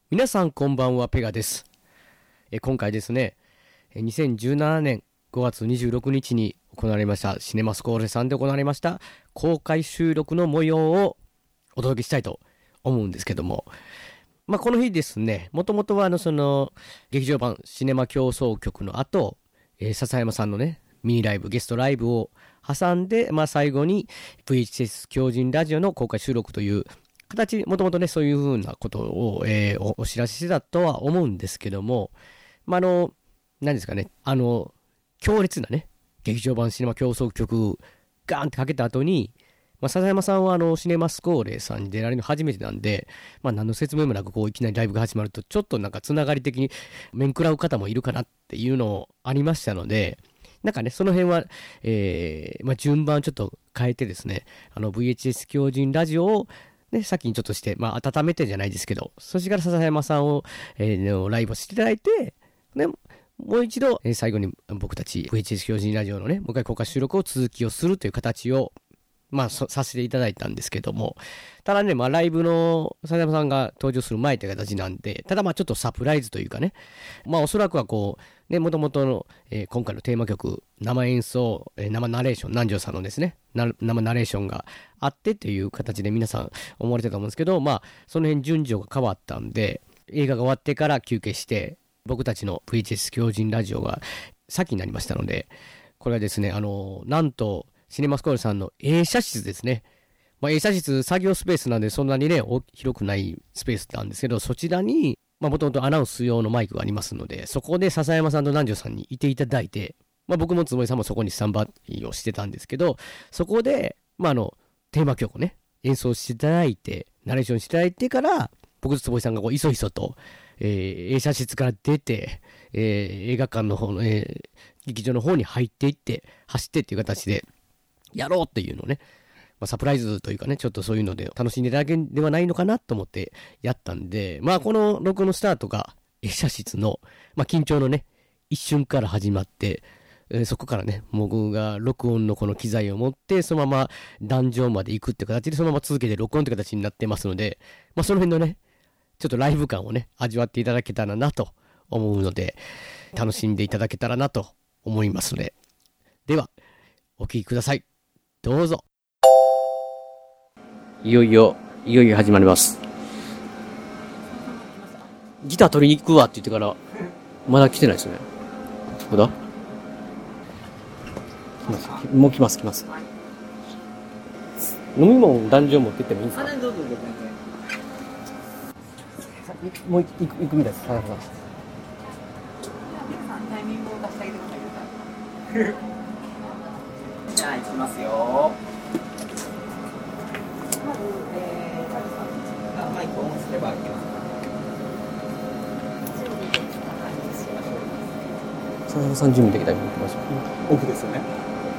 皆さんこんばんは、ペガです。今回ですね、2017年5月26日に行われましたシネマスコーレさんで行われました公開収録の模様をお届けしたいと思うんですけども、この日ですね、もともとは劇場版シネマ競争曲の後、笹山さんのねミニライブゲストライブを挟んで、最後に VHS 狂人ラジオの公開収録という形、もともとね、そういうふうなことを、お知らせしてたとは思うんですけども、何ですかね、強烈なね、劇場版シネマ競争曲、ガーンってかけた後に、笹山さんはシネマスコーレさんに出られるの初めてなんで、何の説明もなくいきなりライブが始まると、ちょっとつながり的に面食らう方もいるかなっていうのありましたので、その辺は、順番をちょっと変えてですね、VHS 狂人ラジオを先にちょっとして、温めてじゃないですけど、そしてから笹山さんを、ライブをしていただいて、もう一度、最後に僕たち VHS 狂人ラジオのね、もう一回公開収録を続きをするという形を、させていただいたんですけども、ただね、ライブの笹山さんが登場する前という形なんで、ただちょっとサプライズというかね、おそらくはもともとの、今回のテーマ曲、生演奏、生ナレーション、南條さんのですね、生ナレーションがあってという形で皆さん思われてたと思うんですけど、その辺順序が変わったんで、映画が終わってから休憩して、僕たちの VHS 狂人ラジオが先になりましたので、これはですね、なんと、シネマスコールさんの映写室ですね。映写室作業スペースなんでそんなにね、広くないスペースなんですけど、そちらに、もともとアナウンス用のマイクがありますので、そこで笹山さんと南條さんにいていただいて、僕もつもりさんもそこにスタンバイをしてたんですけど、そこで、テーマ曲をね、演奏していただいて、ナレーションしていただいてから、僕とつもりさんがいそいそと、映写室から出て、映画館の方の、劇場の方に入っていって、走ってっていう形で、やろうっていうのをね、サプライズというかね、ちょっとそういうので楽しんでいただけるんではないのかなと思ってやったんで、この録音のスタートが映写室の、緊張のね、一瞬から始まって、そこからね、僕が録音のこの機材を持って、そのまま壇上まで行くって形で、そのまま続けて録音って形になってますので、その辺のね、ちょっとライブ感をね、味わっていただけたらなと思うので、楽しんでいただけたらなと思いますので、では、お聴きください。どうぞ。いよいよ始まります。ギター取りに行くわって言ってからまだ来てないですね。どうだ？もう来ます。飲み物壇上持ってってもいいんですか？どうぞ。もう行くみたいです。皆さんタイミングを出してあげてください。じゃあ行きますよ。まず、マイクをオンすればいけますか？笹山さん準備できたら行きましょう。オフですよね。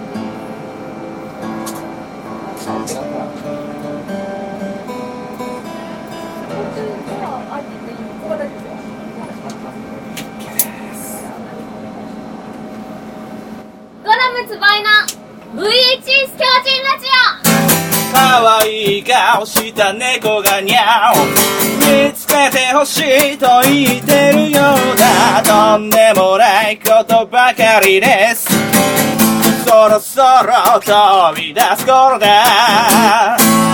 ゴラムツバイナ VHS 狂人ラジオ。 かわいい顔した猫がにゃお見つけてほしいと言ってるようだ。とんでもないことばかりです。そろそろ飛び出す頃だ。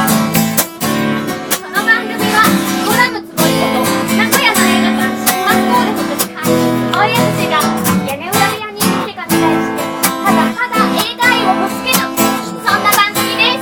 この番組はゴラムツボイこと名古屋の映画館シネマスコーレ特殊配信青柳氏が屋根裏部屋にいる手紙に対してただただ映画愛をぶつける、そんな番組です。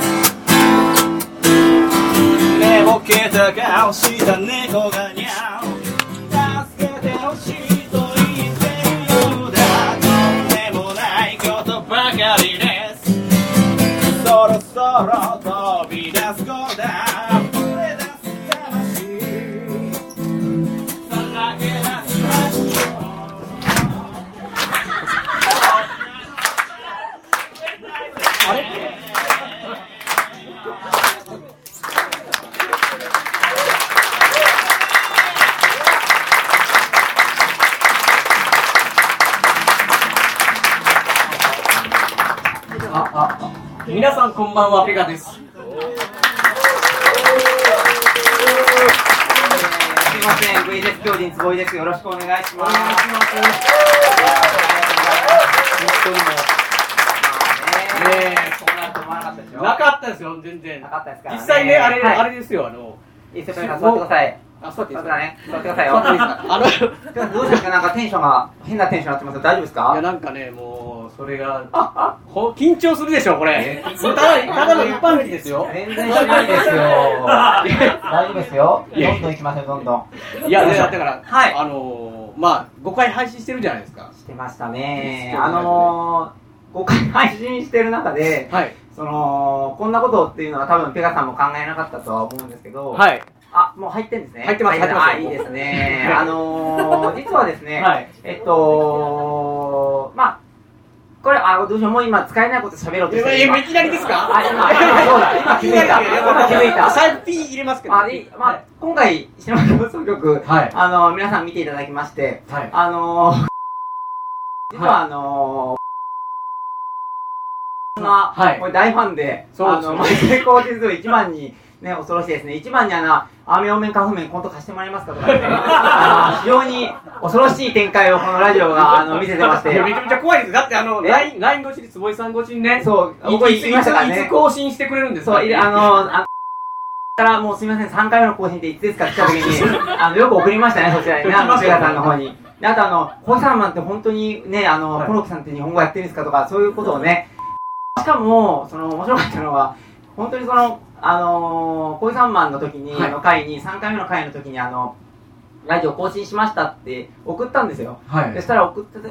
寝ぼけた顔した猫がにゃお助けてほしいと言ってるようだ。とんでもないことばかりです。そろそろ飛び出す頃だ。溢れ出す魂さらけ出しましょう。あれ？ 皆さんこんばんは、ペガです。すいません、 VSS 教授坪井です。よろしくお願いします。 本当にもねえ、そんなと思わなかったでしょ。 なかったですよ、全然。 なかったですからね。 実際ね、あれ、 はいあれですよ、 いいですよ、座ってください。 あ、座っていいですか座ってね、座ってくださいよ。どうですか、なんかテンションが変なテンションになってます。大丈夫ですいや、 か？ なんかね、もう、それが、緊張するでしょ、これ。ただの一般人ですよ。 全然しないですよ。大丈夫ですよ。どんどん行きましょう、どんどん。 いや、だから、 はいまあ、5回配信してるじゃないですか。 してましたね。5回配信してる中で、 はい。 こんなことっていうのは多分ペガさんも考えなかったとは思うんですけど、 はい。 あ、もう入ってんですね。 入ってます、入ってます。 あ、いいですね。実はですね、 はい。 まあ、これ、どうしよう、もう今使えないこと喋ろうとしてる。 今いきなりですか？ そうだ、今気づいた。今気づいた。 最後 P 入れますけど。 まあ、今回、シネマ放送局、 はい。 皆さん見ていただきまして、 はい。 実ははい。 これ大ファンで、 そうですね毎回高知数1番に、ね、恐ろしいですね。1番に雨お面、花粉面、コント貸してもらえますかとかね、非常に恐ろしい展開をこのラジオが、見せてまして。 めちゃめちゃ怖いです。だって、LINE 越しに坪井さん越しにね、 そう、僕言いましたからね。 いつ更新してくれるんですか？ そう、からもうすみません、3回目の更新っていつですかって来た時に、よく送りましたね、そちらにね、ペガさんの方に。で、あとコイサーマンって本当にね、コロッケさんって日本語やってるんですかとか、そういうことをね、しかも、面白かったのは、本当にコイサーマンの時に、回に、3回目の回の時に、ラジオ更新しましたって送ったんですよ。 はい。 そしたら送って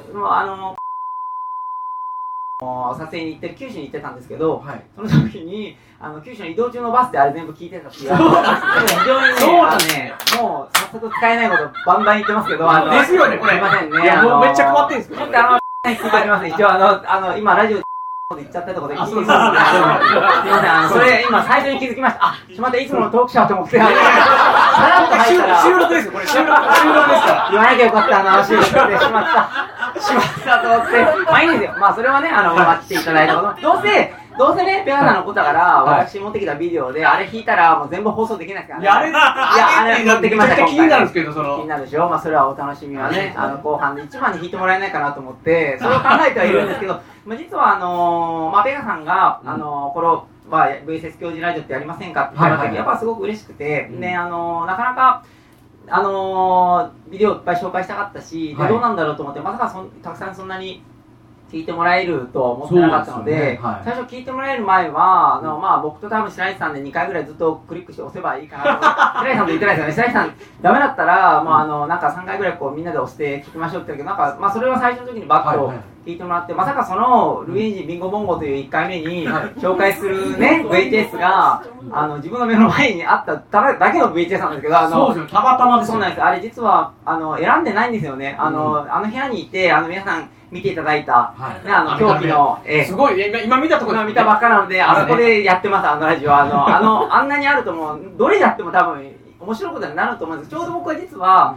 撮影に行って九州に行ってたんですけど、はい、その時に九州の移動中のバスであれ全部聞いてたっていう非常にね、もう早速使えないことバンバン言ってますけど、 ですよね、これ。 すいませんね。 いや、もうめっちゃ変わってるんですけど。 ちょっと聞いてあります。一応今ラジオで言っちゃったってことで聞いてるんですけど、すいません、それ今最初に気づきました。あ、ちょっと待って、いつものトークショーと思って、さらっと入ったら収録ですよ、これ収録ですから。 言わなきゃよかった、収録してしまったと思って、まあいいんですよ。まあそれはね、待っていただいたこと。どうせね、ペガさんのことだから、私持ってきたビデオで、あれ弾いたらもう全部放送できないですからね。 いや、あれ持ってきました。気になるんですけど、 気になるでしょ。まあそれはお楽しみはね、後半で1番に弾いてもらえないかなと思って、それを考えてはいるんですけど、実はペガさんが、この、VSS 教授ラジオってやりませんかって言った時、やっぱすごく嬉しくて、で、なかなか、ビデオいっぱい紹介したかったし、でどうなんだろうと思って、まさかたくさんそんなに聞いてもらえるとは思ってなかったので、最初聞いてもらえる前は、僕と多分白石さんで2回ぐらいずっとクリックして押せばいいかなと。白石さんと言ってないですよね。白石さんダメだったら、なんか3回ぐらいこうみんなで押して聞きましょうって言うけど、なんか、それは最初の時にバッと聞いてもらって、まさかそのルイージビンゴボンゴという1回目に紹介するね、VHS が、自分の目の前にあっただけの VHS なんですけど、 そうですよ、たまたまですよ。 そうなんです。あれ実は、選んでないんですよね。あの部屋にいて、皆さん見ていただいた、狂気の、 すごい、今見たところ今見たばっかなので、あそこでやってます、ラジオ。あんなにあるともう、どれやっても多分、面白いことになると思うんです。ちょうど僕は実は、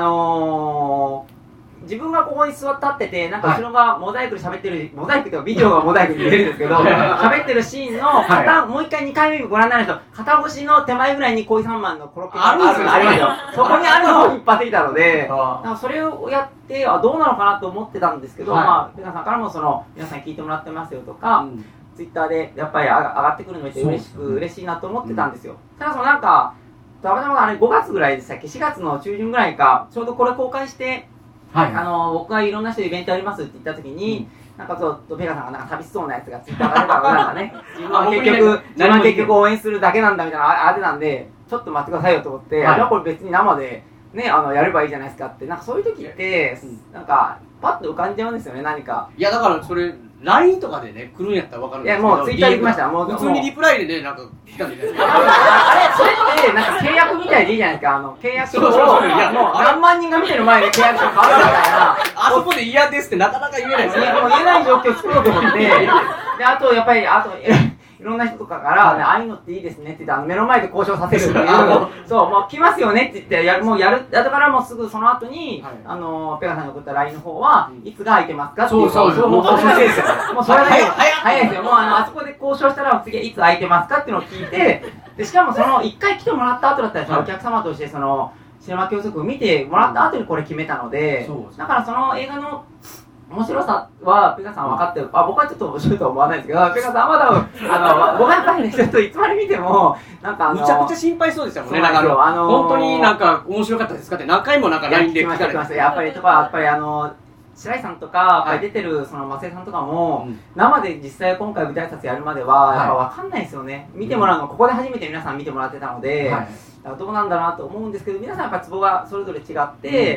自分がここに座って立ってて、なんか後ろがモザイクで喋ってる、モザイクというかビデオがモザイクに出るんですけど、喋ってるシーンのもう一回2回目ご覧になる人、片越しの手前ぐらいに恋3万のコロッケがありますよ。そこにあるのを引っ張ってきたので、それをやって、どうなのかなと思ってたんですけど、皆さんからも皆さん聞いてもらってますよとか、ツイッターでやっぱり上がってくるので嬉しいなと思ってたんですよ。ただなんか、たまたま5月ぐらいでしたっけ、4月の中旬ぐらいか、ちょうどこれ公開して、僕がいろんな人でイベントやりますって言った時に、なんかちょっとペガさんがなんか寂しそうなやつがツイッターが出たのなんかね、自分は結局応援するだけなんだみたいなあれなんで、ちょっと待ってくださいよと思って、じゃあこれ別に生でね、やればいいじゃないですかって、なんかそういう時って、なんかパッと浮かんじゃうんですよね、何か。 いやだからそれ、LINE とかでね、来るんやったら分かるんですけど、 いやもうツイッターで来ました。 普通にリプライでね、なんか来たんじゃないですか。 あれ、それってなんか契約みたいでいいじゃないですか。契約書を、いやもう何万人が見てる前で契約書変わるみたいな。 あそこで嫌ですってなかなか言えないですね。 もう言えない状況を作ろうと思って、で、あとやっぱり、いろんな人とかから、ああいうのっていいですねって言って、目の前で交渉させるっていう、そう、もう来ますよねって言って、もうだからもうすぐその後に、ペガさんに送った LINE の方は、いつが空いてますかっていう。そう、もうそれだけですよ。もうそれだけ早いですよ。もうあそこで交渉したら、次いつ空いてますかっていうのを聞いて、で、しかもその、一回来てもらった後だったら、お客様として白シネマ教則見てもらった後にこれ決めたので、だからその映画の面白さはペガさん分かってる。僕はちょっと面白いとは思わないですけど、ペガさんは多分僕はやっぱりね、ちょっといつまで見てもなんかむちゃくちゃ心配そうでしたもんね。なんか本当になんか面白かったですかって何回もなんか LINE で聞かれてました。 やっぱり白井さんとか出てるその松江さんとかも、生で実際今回舞台挨拶やるまではやっぱ分かんないですよね。見てもらうのここで初めて皆さん見てもらってたので、どうなんだなと思うんですけど、皆さんやっぱツボがそれぞれ違って、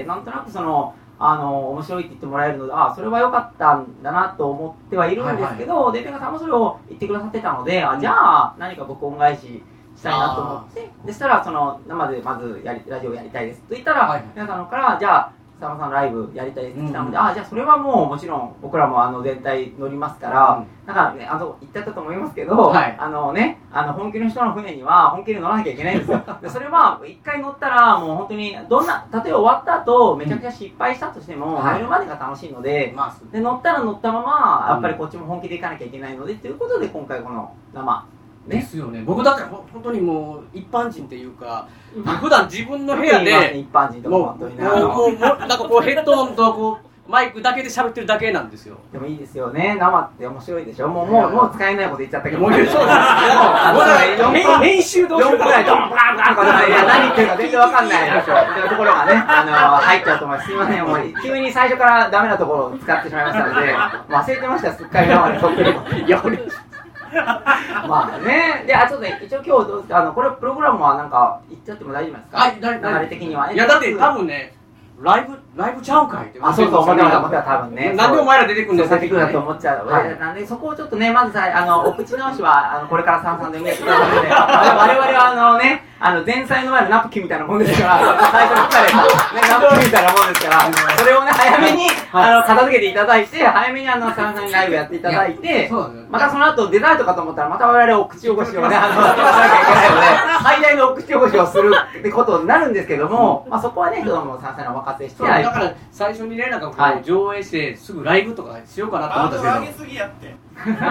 なんとなくその面白いって言ってもらえるので、それは良かったんだなと思ってはいるんですけど、でペガさんもそれを言ってくださってたので、じゃあ何か僕恩返ししたいなと思って、でしたらその生でまずラジオやりたいですと言ったら、皆さんからじゃあ佐山さんライブやりたいですって来たので、じゃあそれはもちろん僕らも全体乗りますから、だからね、言ってたと思いますけど、本気の人の船には本気で乗らなきゃいけないんですよ。でそれは一回乗ったらもう本当に例えば終わった後めちゃくちゃ失敗したとしても、乗るまでが楽しいので、で乗ったら乗ったままやっぱりこっちも本気で行かなきゃいけないのでということで今回この生ですよね。僕だって本当にもう一般人っていうか、普段自分の部屋で一般人とか本当にね、 なんかこうヘッドホンとこうマイクだけで喋ってるだけなんですよ。 でもいいですよね。生って面白いでしょ。もう使えないこと言っちゃったけど。 もうそうです。編集どうしようか 4くらいドンバンバンとか、いや何言ってるか全然わかんないですよ。というところがね、入っちゃうと思います。すいません、もう急に最初からダメなところを使ってしまいましたので、忘れてました、すっかり生で撮ってること。いや、まあね、で、ちょっとね、一応今日どうですか、これプログラムはなんか言っちゃっても大丈夫ですか？ はい、 流れ的には。 いや、だって多分ね、ライブちゃうんかいって。 そうそう、思ってました、多分ね。 なんでお前ら出てくるんだよ、 出てくるだと思っちゃう。なんで、そこをちょっとね、まずさ、お口直しは、これからさんでやってくださるので、我々はね、前菜の前のナプキンみたいなもんですから、最初に聞かれた、ね、ナプキンみたいなもんですから、それをね、早めに、片付けていただいて、早めにさんにライブやっていただいて、またその後デザートかと思ったら、また我々お口汚しをね、しなきゃいけないので、最大のお口汚しをするってことになるんですけども、そこはね、どうもさんにお任せして、 だから最初にね、なんかこう上映してすぐライブとかしようかなと思ったんですけど。 上げすぎやって。 いや、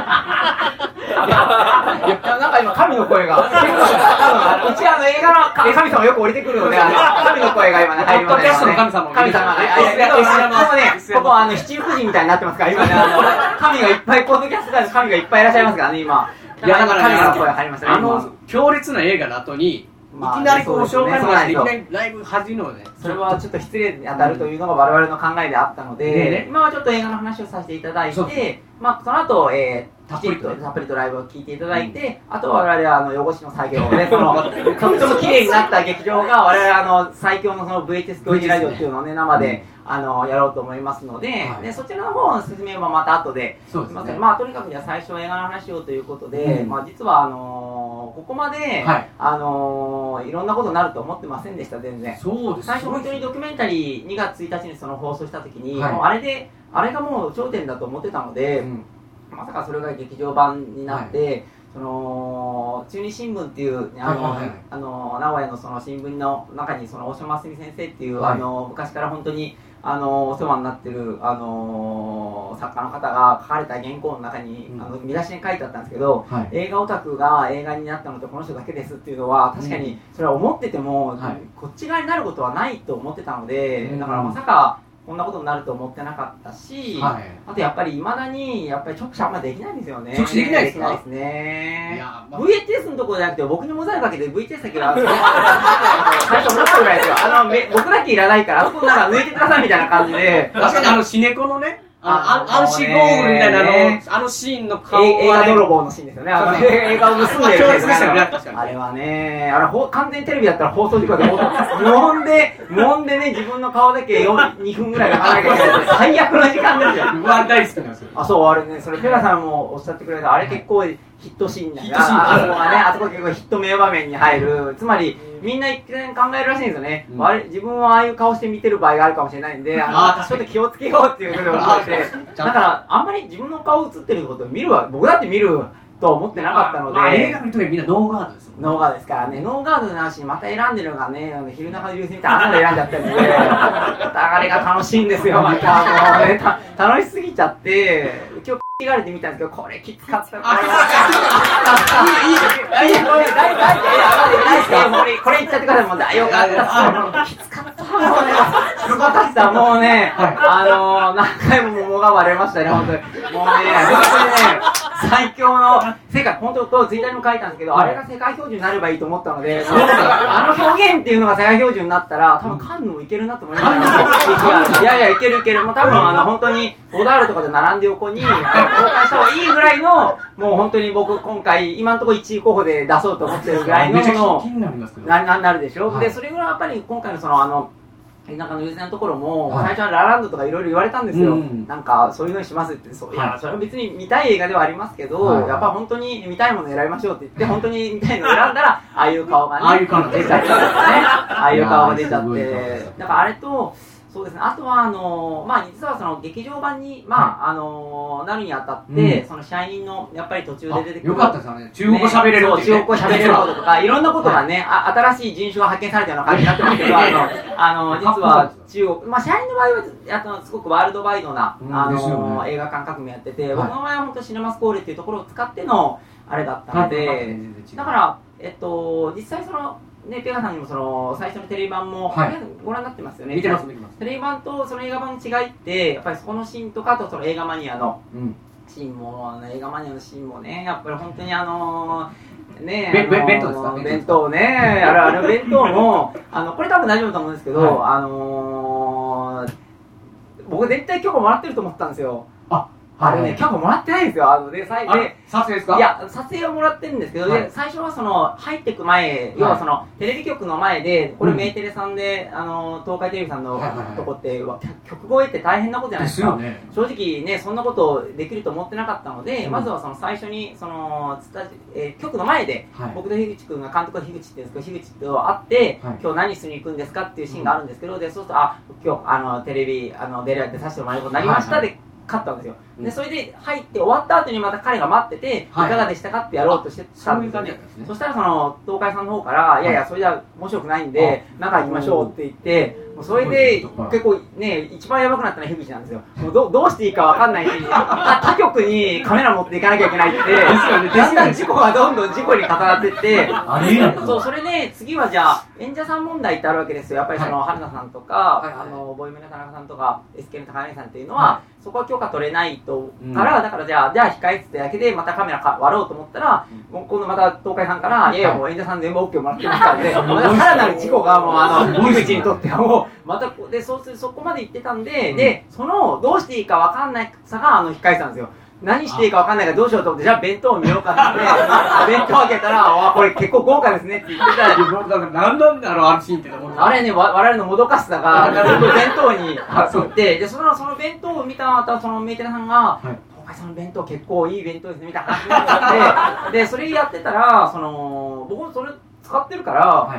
なんか今神の声が、うち映画の神様よく降りてくるので、神の声が今ね入りましたね。神様が入ってでもね、ここ七福神みたいになってますから、今ね、神がいっぱい、ポッドキャストで神がいっぱいいらっしゃいますからね、今。 いや、だから神の声入りましたね。 強烈な映画の後に、いきなりこう紹介とかしていきなりライブ始めるのね。 それはちょっと失礼に当たるというのが我々の考えであったので、今はちょっと映画の話をさせていただいて、その後たっぷりとライブを聞いていただいて、あとは我々汚しの作業をね、とっても綺麗になった劇場が我々最強のその VHS 教授ラジオっていうのをね生でやろうと思いますので、そちらの方の説明はまた後で。とにかくじゃあ最初は映画の話をということで、実はここまでいろんなことになると思ってませんでした、全然。最初本当にドキュメンタリー2月1日にその放送した時に、もうあれがもう頂点だと思ってたので、まさかそれが劇場版になって、中日新聞っていう名古屋のその新聞の中にその大島真澄先生っていう昔から本当にお世話になってる作家の方が書かれた原稿の中に見出しに書いてあったんですけど、映画オタクが映画になったのってこの人だけですっていうのは確かにそれは思ってても、こっち側になることはないと思ってたので、だからまさかこんなことになると思ってなかったし、あとやっぱりいまだにやっぱり直視あんまりできないんですよね。 直視できないですか？ できないですね。VHS のところじゃなくて僕にモザイクかけて VHS だけは最初思ったぐらいですよ。僕だけいらないからあそこなんか抜いてくださいみたいな感じで。 確かにシネコのね、アンシゴールみたいなシーンの顔は映画泥棒のシーンですよね。映画を盗んでるやつですよね。あれはね、完全にテレビだったら放送事故で無音でね、自分の顔だけ2分ぐらいが離れてきて最悪の時間ですよ。 僕は大好きなんですよ。 そう、あれね、それペガさんもおっしゃってくれた、あれ結構ヒットシーンだよ。あそこ結構ヒット名場面に入る。つまりみんな一見考えるらしいんですよね。自分はああいう顔して見てる場合があるかもしれないんで、ちょっと気をつけようっていうふうに思って、だからあんまり自分の顔映ってることを見るわ、僕だって見るとは思ってなかったので、 映画の人はみんなノーガードですもんね。 ノーガードですからね、ノーガードの話にまた選んでるのがね、昼中流星みたいなの選んじゃったりで、またあれが楽しいんですよ、またもうね、楽しすぎちゃって、今日言われてみたんですけど、これきつかった。これ言っちゃってください、もうよかった。きつかった。もうね、すごかった。もうね、何回も桃が割れましたね、本当に。もうね、本当にね、最強の世界、本当とツイッターにも書いたんですけど、あれが世界標準になればいいと思ったので、あの表現っていうのが世界標準になったら、多分カンヌもいけるなと思いました。いやいや、いけるいける。もう多分本当に、ボダールとかで並んで横に、公開した方がいいぐらいの、もう本当に僕今回、今のところ1位候補で出そうと思ってるぐらいの、なるでしょ。で、それぐらいやっぱり今回のなんかの優先のところも、最初はラランドとかいろいろ言われたんですよ。なんか、そういうのにしますって、いや、それは別に見たい映画ではありますけど、やっぱ本当に見たいものを選びましょうって言って、本当に見たいのを選んだら、ああいう顔がね、出ちゃってですね。ああいう顔が出ちゃって、だからあれと、そうですね。あとは実はその劇場版になるにあたって、そのシャイニンのやっぱり途中で出てくる。 よかったですよね。中国語喋れるっていう。 中国語喋れることとか、いろんなことがね、新しい人種が発見されたような感じになってますけど、実は中国、シャイニンの場合はすごくワールドワイドな映画館革命やってて、僕の場合は本当シネマスコーレっていうところを使ってのあれだったので、だから実際そのね、ペガさんにもその最初のテレビ版も、ご覧になってますよね。 見てます見てます。 テレビ版とその映画版の違いってやっぱりそこのシーンとか、あとその映画マニアのシーンも、映画マニアのシーンもね、やっぱり本当にね、 弁当ですか？ 弁当ね、あれ弁当もこれ多分大丈夫と思うんですけど、僕絶対許可もらってると思ったんですよ。あれね、許可もらってないんですよ。で、撮影ですか？ いや、撮影はもらってるんですけど、で、最初はその、入ってく前、要はその、テレビ局の前で、これメーテレさんで、東海テレビさんのとこって、曲声って大変なことじゃないですか。正直ね、そんなことできると思ってなかったので、まずはその最初に、その、局の前で、僕と樋口くんが、監督が樋口って言うんですけど、樋口と会って、今日何しに行くんですかっていうシーンがあるんですけど、で、そうすると、今日、テレビ、出させてもらえることになりましたで、勝ったんですよ。で、それで入って終わった後にまた彼が待ってて、いかがでしたかってやろうとしてたんですよね。そしたらその、東海さんの方から、いやいや、それじゃ面白くないんで、中行きましょうって言って、それで結構ね、一番やばくなったのは樋口なんですよ。もうどうしていいかわかんないし、他局にカメラ持っていかなきゃいけないって、だんだん事故がどんどん事故に重なってって、それで次はじゃあ、演者さん問題ってあるわけですよ。やっぱりその、春菜さんとか、ボイメの田中さんとか、SK の高柳さんっていうのは、そこは許可取れないとから、だからじゃあ控えてただけでまたカメラ割ろうと思ったら、今度また東海さんから、いやいやもう演者さん全部 OK もらってますからね、またさらなる事故がもう樋口にとってはもう、また、で、そこまで行ってたんで、で、その、どうしていいかわかんないさが控えてたんですよ。何していいかわかんないからどうしようと思って、じゃあ弁当を見ようかって弁当開けたら、これ結構豪華ですねって言ってたら、 何なんだろう、あのシーンって思って。 あれね、我々のもどかしさが、弁当に行って、で、その弁当を見た後、そのメーテナさんが、その弁当結構いい弁当ですねみたいな話になって、で、それやってたら、僕もそれ使ってるから、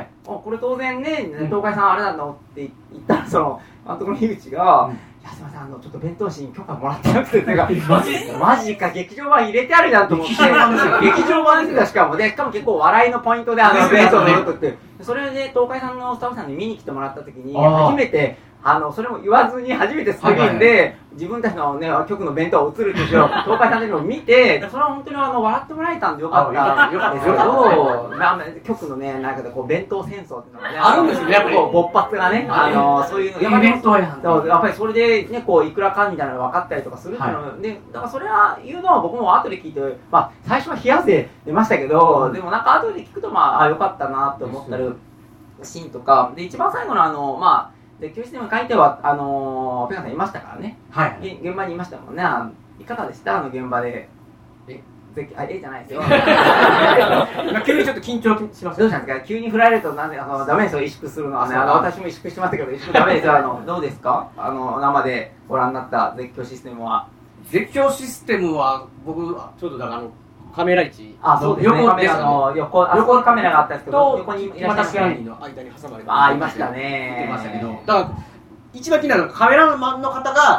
これ当然ね、東海さんあれなんだって言ったら、その、監督の樋口が、いやすみません、ちょっと弁当紙に許可もらってなくて、マジか、劇場版入れてあるじゃんと思って、劇場版ですよ、しかも結構笑いのポイントで弁当のよくって、それで東海さんのスタッフさんに見に来てもらった時に、初めて、それも言わずに初めてスクリーンで自分たちのね、局の弁当を映るっていう東海さんのを見て、それは本当に笑ってもらえたんでよかったんですけど、局のね、なんかこう弁当戦争っていうのがね、 あるんですよね、やっぱり勃発がね、そういうの弁当ややっぱりそれでね、こういくらかみたいなのが分かったりとかするっていうので、だからそれは言うのは僕も後で聞いて、最初は冷や汗出ましたけど、でもなんか後で聞くとよかったなって思ったるシーンとかで、一番最後ので、教室でも書いては、ペガさんいましたからね。現場にいましたもんね。いかがでした現場で。じゃないですよ。 急にちょっと緊張します。 どうしたんですか？急に振られるとダメですよ、萎縮するのはね。私も萎縮しましたけど、萎縮ダメですよ。どうですか？生でご覧になった絶叫システムは。 絶叫システムは、僕、ちょうどカメラ位置。 そうですね。横にカメラがあったんですけど、横にいらっしゃいましたね。 の間に挟まれて。 いましたね。 見てましたけど。だから、一番気になるのはカメラマンの方が、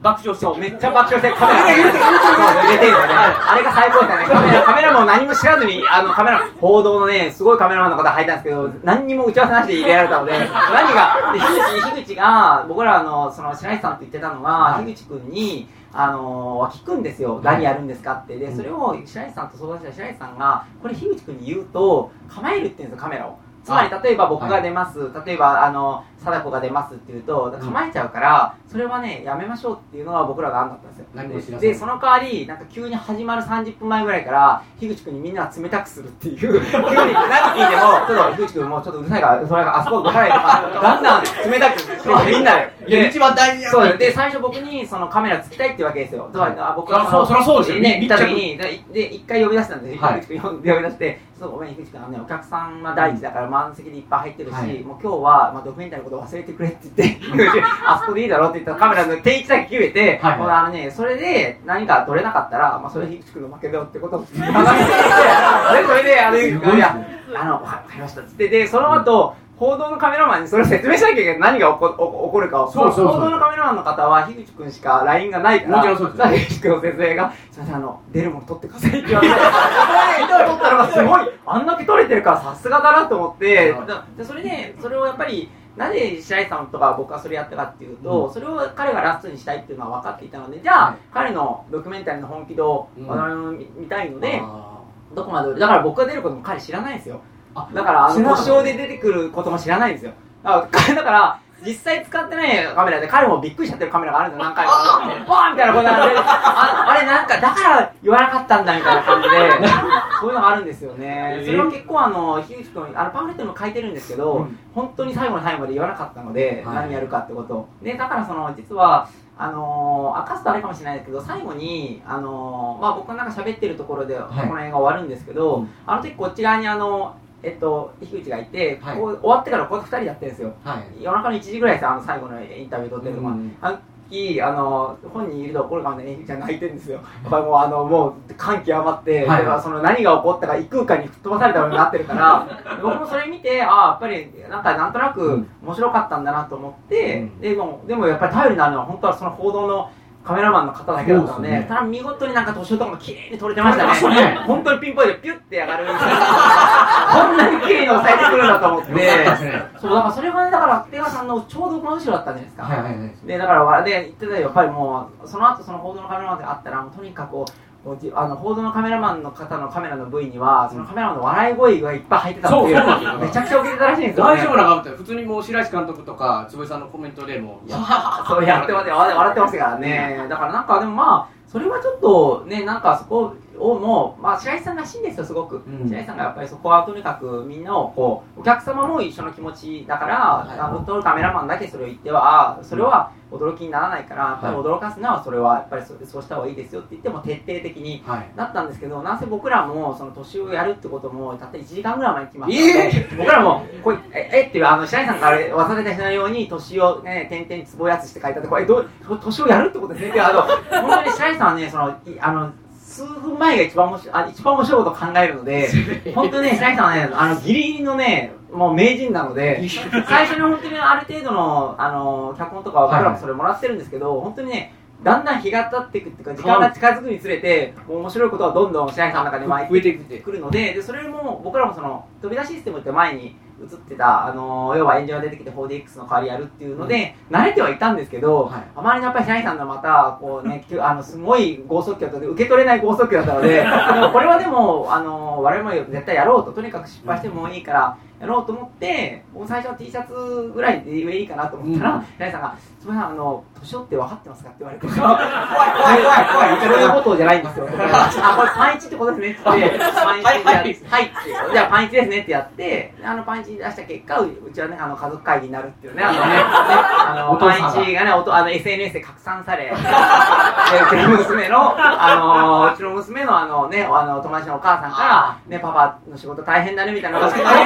爆笑してそう、めっちゃ爆笑してカメラ入れてるんですよね。あれが最高でしたね。カメラも何も知らずに、報道のね、すごいカメラマンの方入ったんですけど、何にも打ち合わせなしで入れられたので、何が、樋口が、僕らその白石さんと言ってたのが、樋口くんに、聞くんですよ、何やるんですかって。で、それを白石さんと相談した白石さんが、これ樋口くんに言うと、構えるって言うんですよ、カメラを。つまり例えば僕が出ます、例えば貞子が出ますっていうと構えちゃうから、それはねやめましょうっていうのは僕らが案だったんですよ。でその代わりなんか急に始まる30分前ぐらいから樋口君にみんな冷たくするっていう急に何聞いてもちょっと樋口君もうちょっとうるさいからそれがあそこ動かないとかだんだん冷たくしてみんなで一番大事やそうで最初僕にそのカメラつきたいってわけですよ。つまり僕がそりゃそうですよね見た時にで一回呼び出したんで樋口君呼び出してごめん樋口君お客さんは第一だから満席でいっぱい入ってるし、もう今日はドキュメンタリーのこと忘れてくれって言ってあそこでいいだろって言ったらカメラの定位置だけ決めて、それで何か撮れなかったら、それ樋口君の負けだよってことを話してそれで樋口君が分かりましたっつってでその後報道のカメラマンにそれを説明しなきゃいけない何が起こるかを報道のカメラマンの方は樋口君しか LINE がないから樋口君の説明がすいません出るもの撮ってくださいって言われて撮ったのがすごいあんだけ撮れてるからさすがだなと思ってでそれをやっぱりなぜ白石さんとか僕はそれやったかっていうと、それを彼がラストにしたいっていうのは分かっていたのでじゃあ彼のドキュメンタリーの本気度を見たいのでどこまでだから僕が出ることも彼知らないんですよ。だから故障で出てくることも知らないんですよ。だから実際使ってないカメラで彼もびっくりしちゃってるカメラがあるんですよ。何回もバーンみたいなことなんであれなんかだから言わなかったんだみたいな感じでそういうのがあるんですよね。それは結構樋口君パンフレットにも書いてるんですけど、本当に最後の最後まで言わなかったので、何やるかってことでだから実は明かすとあれかもしれないですけど最後に僕がなんか喋ってるところでこの辺が終わるんですけど、あの時こっち側に樋口がいて、こう終わってからこうやって2人やってるんですよ、夜中の1時ぐらいですよ最後のインタビュー撮ってるのが、あの時本人いるところからね樋口ちゃん泣いてるんですよ。やっぱりもう感極まって、だからその何が起こったか異空間に吹っ飛ばされたようになってるから僕もそれ見てやっぱりなんとなく面白かったんだなと思って、でもやっぱり頼りになるのは本当はその報道のカメラマンの方だけだったので、ただ見事になんか年男も綺麗に撮れてましたね。本当にピンポイントでピュッて上がるこんなに綺麗に抑えてくるんだと思ってそうだからそれがねだから出川さんのちょうど真後ろだったんじゃないですか。でだから言ってたよやっぱりもうその後その報道のカメラマンがあったらもうとにかく報道のカメラマンの方のカメラの V にはそのカメラマンの笑い声がいっぱい入ってたっていうめちゃくちゃ受けてたらしいんですよ、ね、 大丈夫なかったよ。普通にもう白石監督とか坪井さんのコメントでもそうやってますよ笑ってますからね。だからなんかでもそれはちょっとねなんかそこをもう白石さんらしいんですよすごく、白石さんがやっぱりそこはとにかくみんなをこうお客様も一緒の気持ちだから撮るカメラマンだけそれを言ってはそれは驚きにならないからやっぱり驚かすのはそれはやっぱりそうした方がいいですよって言っても徹底的になったんですけど、なんせ僕らもその年をやるってこともたった1時間ぐらい前に来ましたので、僕らもこうっていう白石さんから忘れた人のように年をね点々つぼやつして書いたってこれ年をやるってことですね。本当に白石さんはね数分前が一番面白いことを考えるので本当にね白石さんはねギリギリのねもう名人なので最初に本当にある程度の脚本とかは僕らもそれもらってるんですけど、本当にねだんだん日が経っていくっていうか時間が近づくにつれてもう面白いことはどんどん白石さんの中で増えてくるのでそれも僕らもその飛び出しシステムって前に映ってた要はエンジンが出てきて 4DX の代わりやるっていうので、慣れてはいたんですけど、あまりにやっぱり白石さんのまたこうねすごい剛速球だったので受け取れない剛速球だったのででもこれはでも我々も絶対やろうと、とにかく失敗してもいいからやろうと思ってもう最初は T シャツぐらいでいいかなと思ったら白石さんが「すみません年をって分かってますか?」って言われて「怖いそういうことじゃないんですよ」これパンイチってことですね」って言って「パンイチじゃあパンイチですね」ってやってパンイチ出した結果うちはね家族会議になるっていうねパンイチがねSNS で拡散されうちの娘の友達のお母さんからねパパの仕事大変だねみたいなのが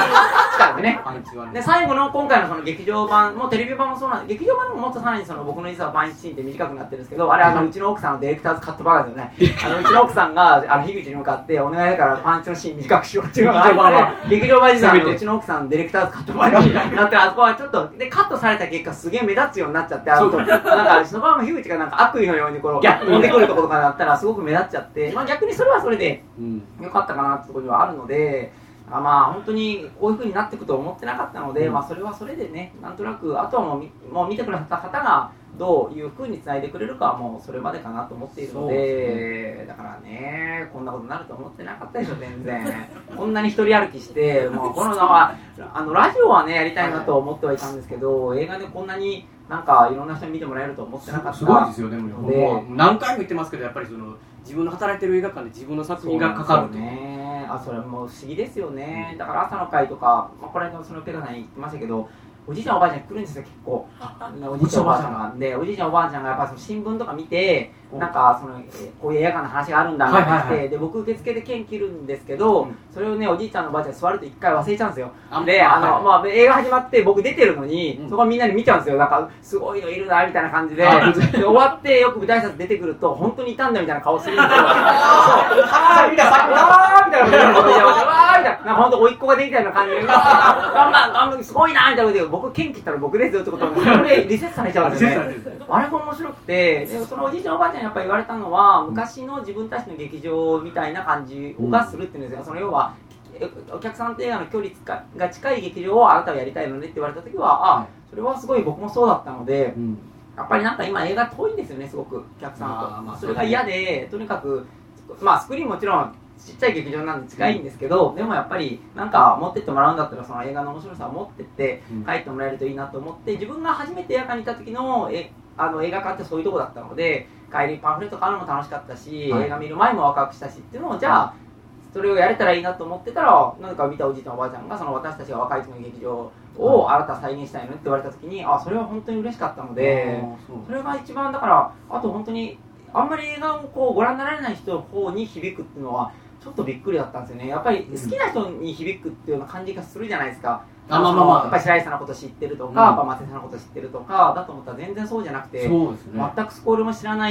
たんでね。 パンチはね。 で最後の今回のその劇場版もテレビ版もそうなんで、劇場版ももっとさらにその僕の実はパンチシーンって短くなってるんですけど、あれうちの奥さんのディレクターズカット版ですよね。うちの奥さんが樋口に向かってお願いだからパンチのシーン短くしようっていうのがあって、劇場版実はうちの奥さんのディレクターズカット版になって、あそこはちょっとでカットされた結果すげえ目立つようになっちゃって、なんかその場合も樋口がなんか悪意のようにこの飛んでくるところとかだったらすごく目立っちゃって、まあ逆にそれはそれで良かったかなってところにはあるので。まあ本当にこういう風になっていくと思ってなかったので、まあそれはそれでね、なんとなくあとはもう見てくれた方がどういう風に繋いでくれるかはもうそれまでかなと思っているので、だからね、こんなことになると思ってなかったでしょ全然。こんなに一人歩きしてもうこのラジオはねやりたいなと思ってはいたんですけど、映画でこんなになんかいろんな人に見てもらえると思ってなかった。 すごいですよ。でも何回も言ってますけど、やっぱりその自分の働いてる映画館で自分の作品がかかるとね。それも不思議ですよね。だから朝の会とか、この間そのペガさんに言ってましたけど、おじいちゃんおばあちゃん来るんですよ結構。おじいちゃんおばあちゃんがで、おじいちゃんおばあちゃんがやっぱその新聞とか見て、なんかそのこういう映画館の話があるんだって言って、で僕受付で券切るんですけど、それをねおじいちゃんのおばあちゃん座ると一回忘れちゃうんですよ。でまあ映画始まって僕出てるのに、そこはみんなに見ちゃうんですよ。なんかすごいのいるなみたいな感じで、終わってよく舞台挨拶出てくると本当にいたんだみたいな顔するんですよ。あーみたいな、あーみたいな、みたいな、本当甥っ子ができたような感じで、頑張すごいなみたいなことで、僕券切ったら僕ですよってことで、それリセットされちゃうんですよね。あれも面白くて、でそのおじいちゃんおばあちゃんにやっぱり言われたのは、昔の自分たちの劇場みたいな感じがするっていうんですよ。その要はお客さんと映画の距離が近い劇場をあなたはやりたいのねって言われた時は、それはすごい僕もそうだったので、やっぱりなんか今映画遠いんですよね、すごくお客さんと。それが嫌で、とにかくまあスクリーンもちろんちっちゃい劇場なんで近いんですけど、でもやっぱりなんか持ってってもらうんだったらその映画の面白さを持ってって帰ってもらえるといいなと思って、自分が初めて映画館に行った時の映画館ってそういうとこだったので、帰りパンフレット買うのも楽しかったし、映画見る前もワクワクしたしっていうのを、じゃあそれをやれたらいいなと思ってたら、何か見たおじいちゃんおばあちゃんがその私たちが若い時の劇場をあなた再現したいのって言われた時に、それは本当に嬉しかったので、それが一番だから、あと本当にあんまり映画をこうご覧になられない人の方に響くっていうのはちょっとびっくりだったんですよね。やっぱり好きな人に響くっていうような感じがするじゃないですか。やっぱり白石さんのこと知ってるとか、松井さんのこと知ってるとかだと思ったら全然そうじゃなくて、全くスコールも知らない、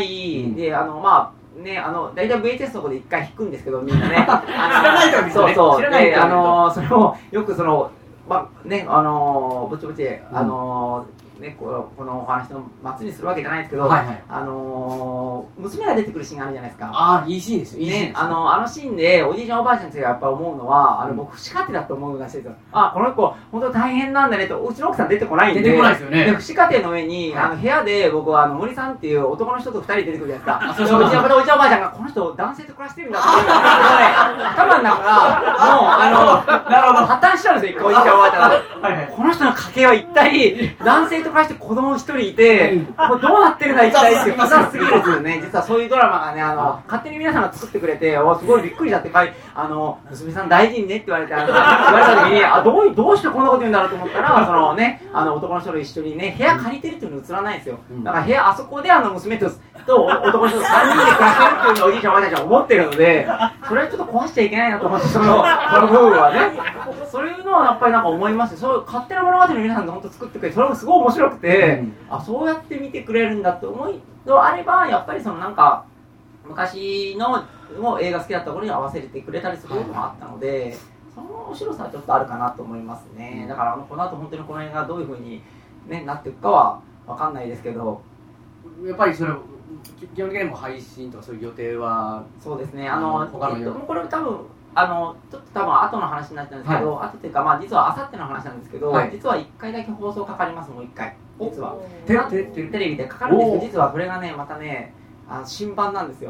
でまあね、大体 VHS のとこで一回弾くんですけど、みんなね知らない人ですね。そうで、それをよくそのね、ぼちぼちね、このお話の末にするわけじゃないですけど、娘が出てくるシーンがあるじゃないですか。 いいシーンですよ。いいシーンです。 あのシーンでおじいちゃんおばあちゃんたちがやっぱ思うのは、僕不死家庭だと思うらしいですよ。この子本当大変なんだねと。うちの奥さん出てこないんで、 出てこないですよね。 不死家庭の上に部屋で僕は森さんっていう男の人と2人出てくるじゃないですか。うちのおじいちゃんおばあちゃんがこの人男性と暮らしてるんだって頭の中がもう破綻しちゃうんですよ、おじいちゃんおばあちゃんが。この人の家系は一体男性と暮らして子供一人いて、もうどうなってるんだ一体って複雑すぎるんですよね。実はそういうドラマがね、勝手に皆さんが作ってくれて、すごいびっくりしちゃって、娘さん大事にねって言われた時に、どうしてこんなこと言うんだろうと思ったら、そのね、男の人と一緒にね、部屋借りてるっていうの映らないんですよ。だから部屋、あそこで娘と男の人と3人で暮らしてるっていうのをおじいちゃんおばあちゃんは思ってるので、それはちょっと壊しちゃいけないなと思って、その部分はね。そういうのはやっぱりなんか思いますし、そういう勝手な物語の皆さんが本当作ってくれて、それもすごい面白くて、そうやって見てくれるんだって思いのあれば、やっぱりそのなんか昔のも映画好きだった頃に合わせてくれたりすることもあったので、その面白さはちょっとあるかなと思いますね。だからこの後本当にこの映画がどういう風に、ね、なっていくかは分かんないですけど、 やっぱりそれ基本的にも配信とかそういう予定は。そうですね。 これ多分ちょっと多分後の話になっちゃうんですけど、後っていうか実はあさっての話なんですけど、実は1回だけ放送かかります。もう1回実はテレビでかかるんですけど、実はこれがねまたね新版なんですよ。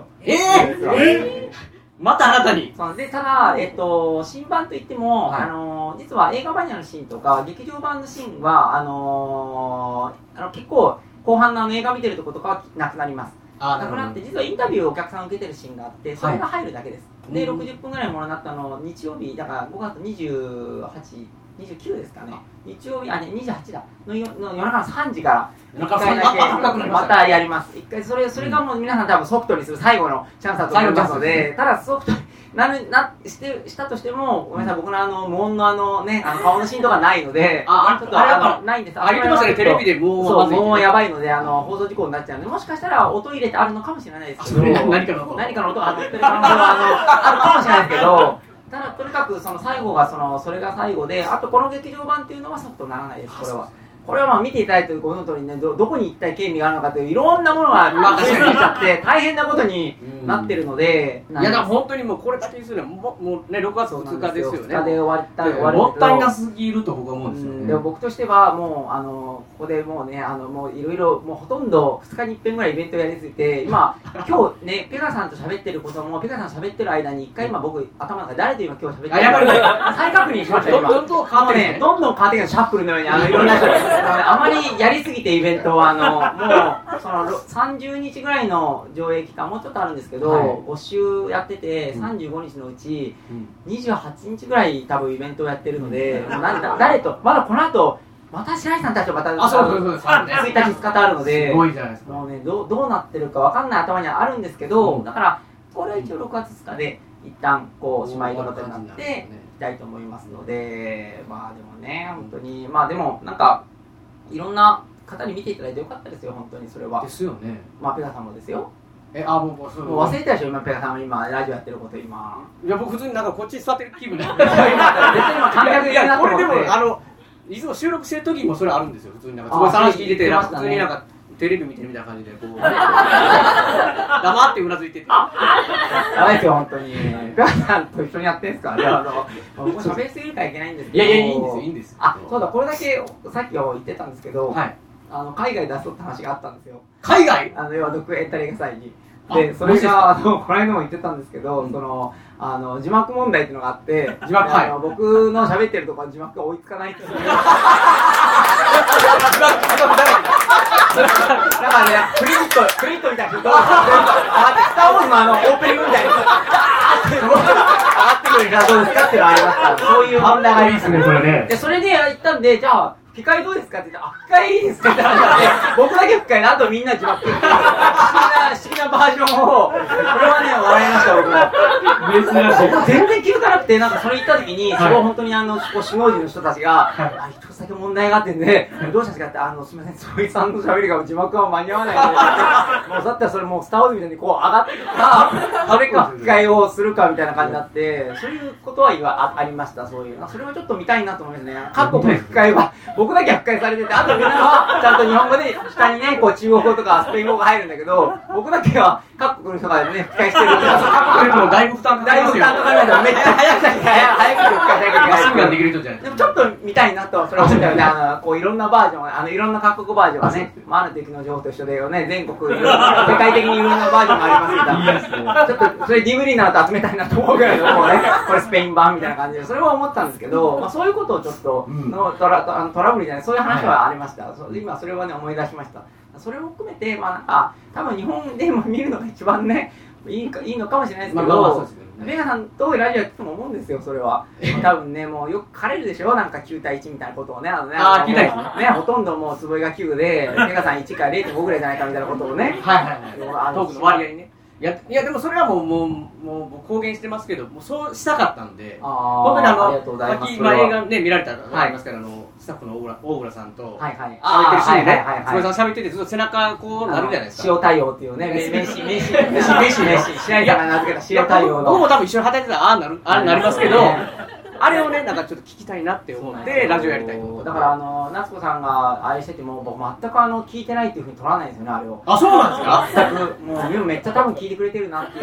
また新たに。 でただ新版といっても、実は映画版のシーンとか劇場版のシーンは結構後半の映画見てるところとかはなくなります。なくなって、実はインタビューをお客さん受けてるシーンがあって、それが入るだけです。で60分ぐらいものになったの日曜日だから5月28、29ですかね。日曜日28だの夜中の3時から1回だけまたやります。1回それがもう皆さん多分ソフトにする最後のチャンスだと思いますので、ただソフトしたとしても、ごめんなさい、僕の無音のね、顔のシーンとかないので、ちょっとないんです。 言ってましたね、テレビで無音は無音はやばいので、放送事故になっちゃうので、もしかしたら音入れてあるのかもしれないですけど、何かの音が当たってる可能性はあるかもしれないですけど、ただとにかくその最後がそれが最後で、あとこの劇場版っていうのはソフトにならないです。これはまあ見ていただいてるごの通りね、どこに一体権利があるのかといういろんなものが出てきちゃって大変なことになってるので、 いやだから本当にもうこれだけにするのはもうね6月2日ですよね。 2日で終わるもったいなすぎると僕は思うんですよね。 でも僕としてはもうここでもうねもういろいろもうほとんど2日に1遍ぐらいイベントをやりすぎて、今日ねペガさんと喋ってることもペガさん喋ってる間に一回今僕頭の中で誰と今日喋ってるか再確認しました今。どんどん変わってね、どんどん変わってくるシャッフルのようにいろんな人あまりやりすぎてイベントはもうその30日ぐらいの上映期間もうちょっとあるんですけど、5週やってて35日のうち28日ぐらい多分イベントをやってるので、誰とまだこの後また白石さんたちとまた1日2日とあるので、 すごいじゃないですか。 もうねどうなってるかわかんない頭にはあるんですけど、だからこれは一応6月2日で一旦こうしまいということになっていきたいと思いますので、まあでもね本当にまあでもなんかいろんな方に見ていただいてよかったですよ、本当にそれは。 ですよね。 まあペガさんもですよ。 もう忘れたでしょ今ペガさんは今ラジオやってること今。 いや僕普通になんかこっちに座ってる気分で。別に今感覚でなってこれでもいつも収録してる時もそれあるんですよ。普通になんか話聞いてて普通になんかテレビ見てるみたいな感じでこう黙ってうなずいてて。 やばいですよ本当に。ペガさんと一緒にやってんすか。僕も喋りすぎるからいけないんですけど。 いやいいんですよいいんです。 そうだこれだけさっきは言ってたんですけど。 はい。 海外出そうって話があったんですよ。 海外？ 要はドクエンタリー映画祭に。でそれがこの間も言ってたんですけど、字幕問題っていうのがあって、僕の喋ってるところ字幕が追いつかないっていう。だからねクリットみたいな人とスター・ウォーズのオープニングみたいに上がってくる画像で使ってるのありますから、そういう問題がありますね。でそれで言ったんで、じゃあ吹き替えどうですかって言ったら、吹き替えいいですって言ったら、僕だけ吹き替えであとみんな字幕っていう不思議なバージョンを、これはね笑いました僕も。全然気づかなくて、なんかそれ言った時にすごい本当に首脳陣の人たちが一つだけ問題があってんで、どうしたんですかって、すみません総井さんの喋りが字幕は間に合わないので、もうだったらそれもうスター・ウォーズみたいにこう上がってくかそれか吹き替えをするかみたいな感じになって、そういうことはありました。そういうそれをちょっと見たいなと思いますね。各国の吹き替えは僕だけ吹き替えされてて、あとみんなはちゃんと日本語で下にねこう中国語とかスペイン語が入るんだけど、僕だけは各国の人がね吹き替えしてるって各国のだいぶ負担かかりますよ。 めっちゃ早く吹き替えされてマシンガンできる人じゃない。 でもちょっと見たいなとそれは思ったよね。こういろんなバージョンいろんな各国バージョンがね、アナと雪の女王と一緒でね、全国世界的にいろんなバージョンがありますみたいな。ちょっとそれ DVD ならと集めたいなと思うぐらいのもうね、これスペイン版みたいな感じで、それは思ったんですけど、そういうことをちょっとトラブルじゃない、そういう話はありました。今それはね思い出しました。それを含めて多分日本でも見るのが一番ねいいのかもしれないですけど、メガさんとラジオやってても思うんですよ。それは多分ね、もうよく枯れるでしょ、なんか9対1みたいなことをね、 聞いたですね、ほとんどもう坪井が9でメガさん1から 0.5 ぐらいじゃないかみたいなことをね、 トークの割合にね。いやでもそれはもう公言してますけど、もうそうしたかったんで、本当にさっき今映画ね見られたらありますから、スタッフの大倉さんと喋ってるシーンね、坪井さん喋っててずっと背中こうなるじゃないですか。 塩対応っていうね、名刺白井さんが名付けた塩対応の。 僕も多分一緒に働いてたらあなりますけど。あれをね、なんかちょっと聞きたいなって思ってラジオやりたいと思って。 だから夏子さんがあれしてても僕全く聞いてないっていうふうに取らないんですよね、あれを。 そうなんですか。 全くもうめっちゃ多分聞いてくれてるなっていう。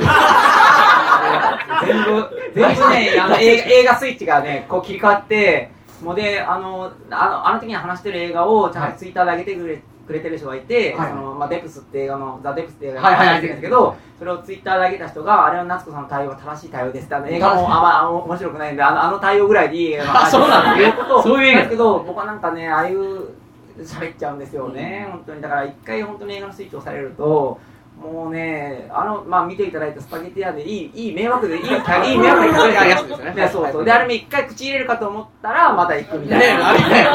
全部ね映画スイッチがねこう切り替わって、もうであの時に話してる映画をちゃんとツイッターで上げてくれてる人がいて、デプスって映画のザ・デプスって映画が入ってるんですけど、それをツイッターで上げた人が、あれは夏子さんの対応は正しい対応ですって、映画も面白くないんで、あの対応ぐらいでいい映画の話だっていうことを言うんですけど、僕はなんかね、ああいう喋っちゃうんですよね、本当に。だから一回本当に映画のスイッチをされると、もうね、見ていただいたスパゲティ屋でいい迷惑でいい迷惑でいいやつですよね。そうであれも一回口入れるかと思ったらまた行くみたいな。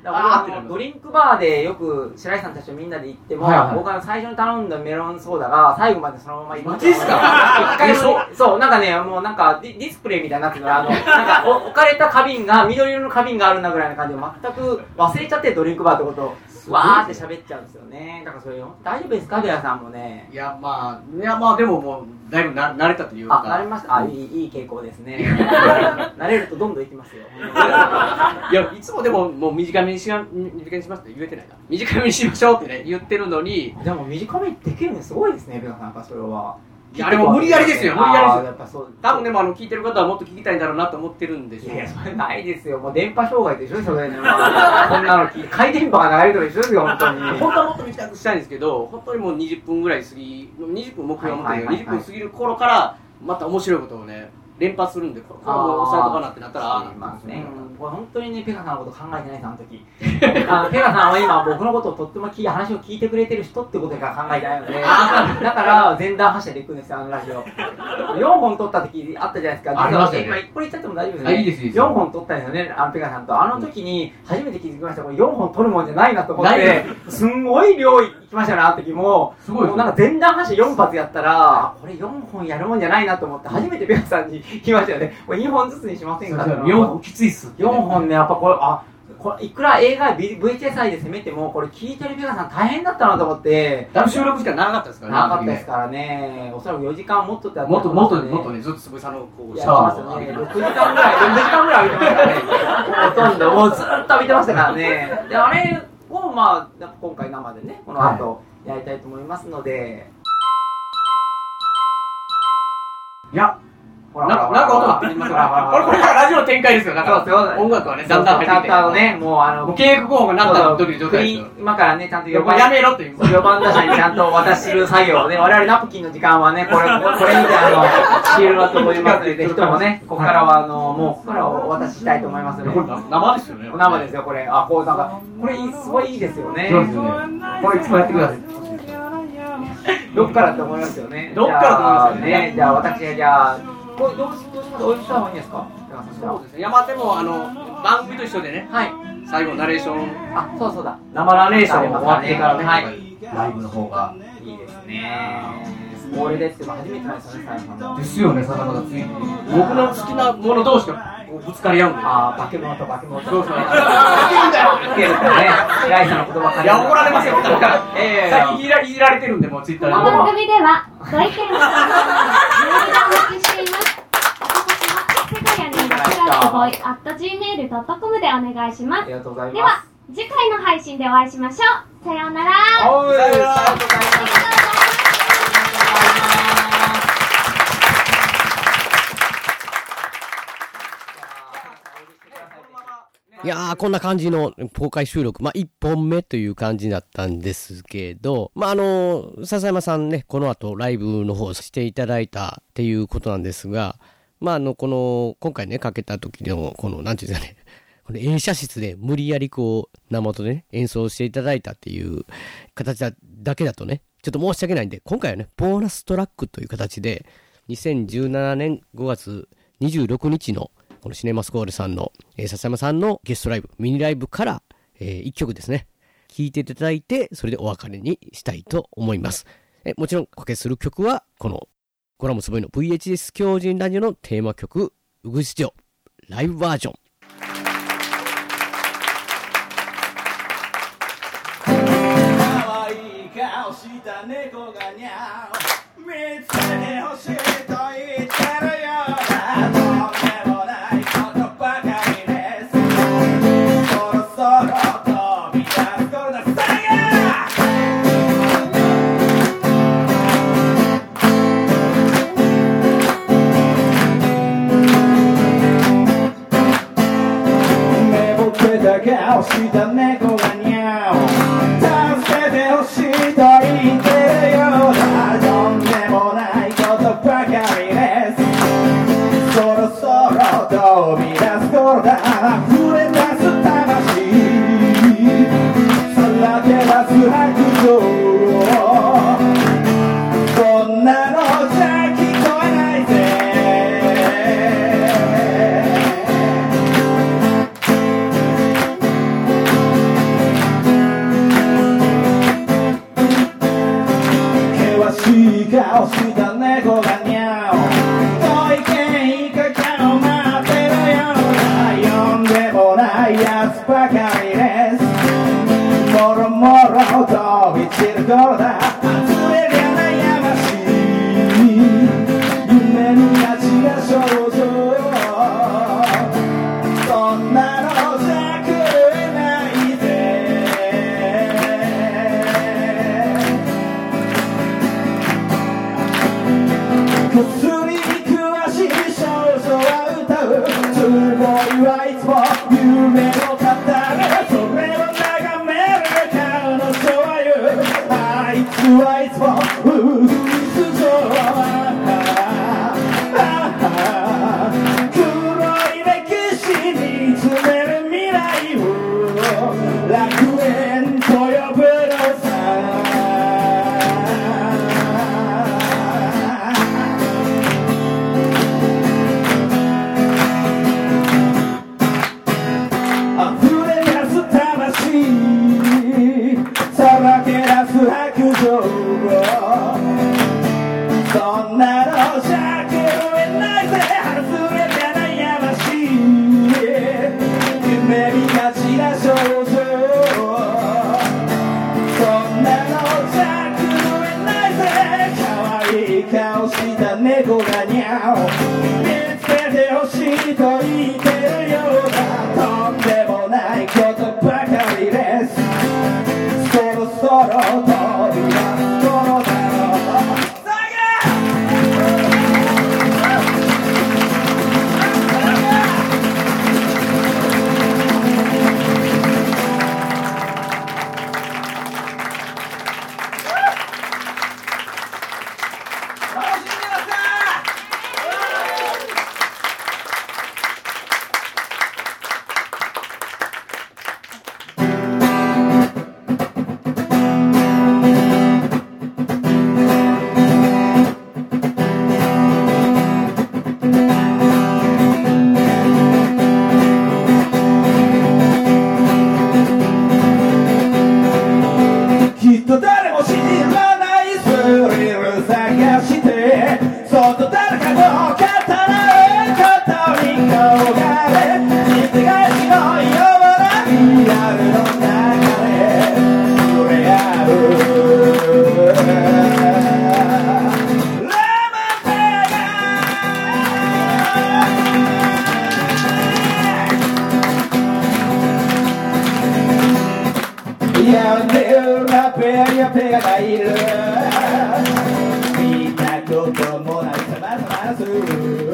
僕はドリンクバーでよく白石さんたちとみんなで行っても、僕は最初に頼んだメロンソーダが最後までそのままいく。 マジっすか？ 一回そう、なんかね、もうなんかディスプレイみたいになってるから、なんか置かれた花瓶が、緑色の花瓶があるなぐらいな感じで全く忘れちゃってドリンクバーってことを。わーって喋っちゃうんですよね。だからそれ大丈夫ですか、ベアさんもね。 いやまあでももうだいぶ慣れたというか。 慣れました。いい傾向ですね。慣れるとどんどんいきますよ。 いやいつもでももう短めにしますって言えてないな。短めにしましょうってね言ってるのに。 でも短めにできるのすごいですね、ベアさん。それは。 いやあれも無理やりですよ。無理やりですよ。 やっぱそう。 多分でも聞いてる方はもっと聞きたいんだろうなと思ってるんですよ。 いやそれないですよ。もう電波障害と一緒ですよね。こんなの回電波が流れると一緒ですよ本当に。 本当はもっと短くしたいんですけど、本当にもう20分ぐらい20分目標を持ってる20分過ぎる頃からまた面白いことをね連発するんで、これもう抑えとかなってなったらますね。これ本当にねペガさんのこと考えてないですあの時。ペガさんは今僕のことをとっても話を聞いてくれてる人ってことしか考えてないので、だから前段発射で行くんですよあのラジオ。4本撮った時あったじゃないですか。 ありましたね。 今これ言っちゃっても大丈夫ですね。 いいです 4本撮ったんですよねペガさんと。あの時に初めて気づきました。これ4本撮るもんじゃないなと思って、すんごい量いきましたよねあの時も。すごい。もうなんか前段発射4発やったらこれ4本やるもんじゃないなと思って初めてペガさんに聞きましたよね。これ2本ずつにしませんか。 4本きついっす。 4本ねやっぱこれいくら映画 VHS で攻めてもこれ聞いてるペガさん大変だったなと思って。 だいぶ収録時間長かったですからね。 長かったですからね。おそらく4時間もっとってもっとねずっと坪井さんのこうシャワーを浴びて6時間ぐらい浴びてましたね。ほとんどもうずっと浴びてましたからね。であれをまあ今回生でねこの後やりたいと思いますので。 いやなんか音が入ってきますからこれからラジオの展開ですよ。だから音楽はねだんだん入ってきて、ちゃんとねもう契約候補がなった時の状態ですよ。今からねちゃんと4番やめろっていう4番打者にちゃんと渡しる作業で、我々ナプキンの時間はねこれ見てシールだと思いますので、ぜひともねここからはもうここからお渡ししたいと思いますので。これ生ですよね。生ですよこれ。こうなんかこれすごいいいですよね。そうですよね。これいつもやってください。どっからって思いますよね。どっからと思いますよね。じゃあ私がこれどうしますか？おいしさ方がいいですか？そうですね。山でも番組と一緒でね。はい。最後ナレーション。そうだ。生ナレーション終わってからね。はい。ライブの方がいいですね。これでって初めてなんですよね、さやさん。ですよね、さだまだついて。僕の好きなもの同士がぶつかり合うんで。化け物と化け物と。そうそう。つけるとね。ライさんの言葉借りる。いや怒られますよ。最近いじられてるんでもうツイッターで。 この番組ではご意見をメールでお待ちしています。gmail.com でお願いします。ありがとうございます。では次回の配信でお会いしましょう。さようなら。さようなら。 いやーこんな感じの公開収録、1本目という感じだったんですけど、笹山さんねこの後ライブの方していただいたっていうことなんですが、今回ねかけた時のなんていうんですかね、この映写室で無理やり生音でね演奏していただいたっていう形だけだとねちょっと申し訳ないんで、今回はねボーナストラックという形で2017年5月26日のこのシネマスコールさんの、笹山さんのゲストライブミニライブから、1曲ですね聴いていただいて、それでお別れにしたいと思います。もちろんおかけする曲はこのゴラムつぼいの VHS 狂人ラジオのテーマ曲うぐし町ライブバージョン。 可愛い顔した猫がにゃお見つけてほしいと言ってるようだ。とんでもないことばかりです。そろそろ飛び出す頃だ。さや寝ぼけた顔した猫がにゃお助けてほしいと言ってるようだ。とんでもないことばかりです。そろそろ飛び出す頃だ。溢れ出す魂さらけ出す白状、こんなのじゃ聞こえないぜ。 顔した猫がにゃお遠い県以下かを待ってるような呼んでもないやつばかりですもろもろ飛び散る頃だ溢れりゃ悩ましい夢にがちな想像そんなのじゃ食えないぜ薬に詳しい少女は歌うすごいはいつも夢を語るそれを眺める彼女は言うあいつはいつもウグイスぞ黒い歴史に詰める未来を楽園と呼ぶのさ溢れ出す魂さらけ出す白状そんなのじゃ食えないぜ外れて悩ましい夢見がちな少女そんなのじゃ食えないぜ可愛い顔した猫がにゃお見つけてほしいと言ってるようだとんでもないことばかりですそろそろ飛び出す頃だろうきっと誰も知らないスリル探してそっと誰かの語ることに焦がれ見返しのようなリアルの中で触れ合うラマペガやめるラペやペガがいる見たこともないさまざまなする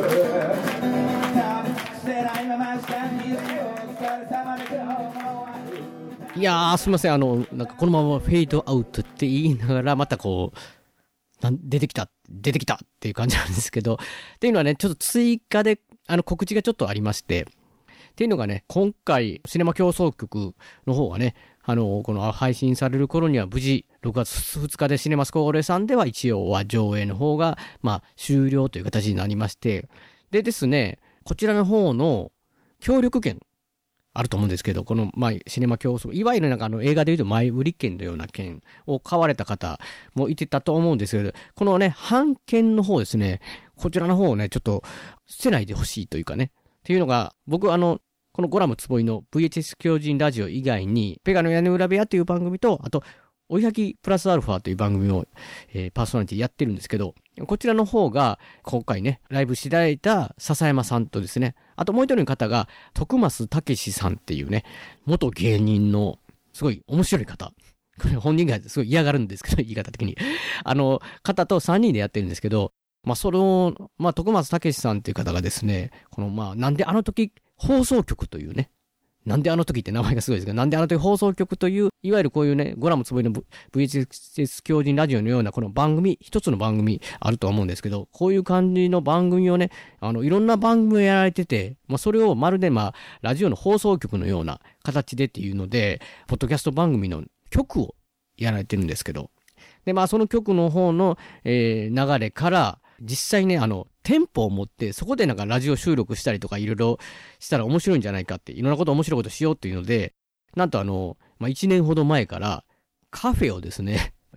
してないまま下にいるよお疲れ様で今日もいやーすみませんなんかこのままフェードアウトって言いながらまたこう出てきたっていう感じなんですけどっていうのはねちょっと追加で告知がちょっとありましてっていうのがね今回シネマ競争局の方がねこの配信される頃には無事6月2日でシネマスコーレさんでは一応は上映の方が終了という形になりましてでですねこちらの方の協力券あると思うんですけどこのシネマ競争いわゆるなんか映画でいうと前売り券のような券を買われた方もいてたと思うんですけどこのね半券の方ですねこちらの方をねちょっと捨てないでほしいというかねっていうのが僕このゴラムつぼいの VHS 狂人ラジオ以外にペガの屋根裏部屋という番組とあと追いはぎプラスアルファという番組を、パーソナリティやってるんですけどこちらの方が今回ねライブしていただいた笹山さんとですねあともう一人の方が徳増武さんっていうね元芸人のすごい面白い方これ本人がすごい嫌がるんですけど言い方的に方と3人でやってるんですけどその徳増武さんっていう方がですねこのなんであの時放送局というねなんであの時って名前がすごいですけど、なんであの時放送局という、いわゆるこういうね、ゴラムつぼいの VHS 狂人ラジオのようなこの番組、一つの番組あるとは思うんですけど、こういう感じの番組をね、いろんな番組をやられてて、それをまるでラジオの放送局のような形でっていうので、ポッドキャスト番組の曲をやられてるんですけど、で、その曲の方の、流れから、実際ね、テンポを持って、そこでなんかラジオ収録したりとかいろいろしたら面白いんじゃないかって、いろんなこと面白いことしようっていうので、なんと1年ほど前からカフェをですね、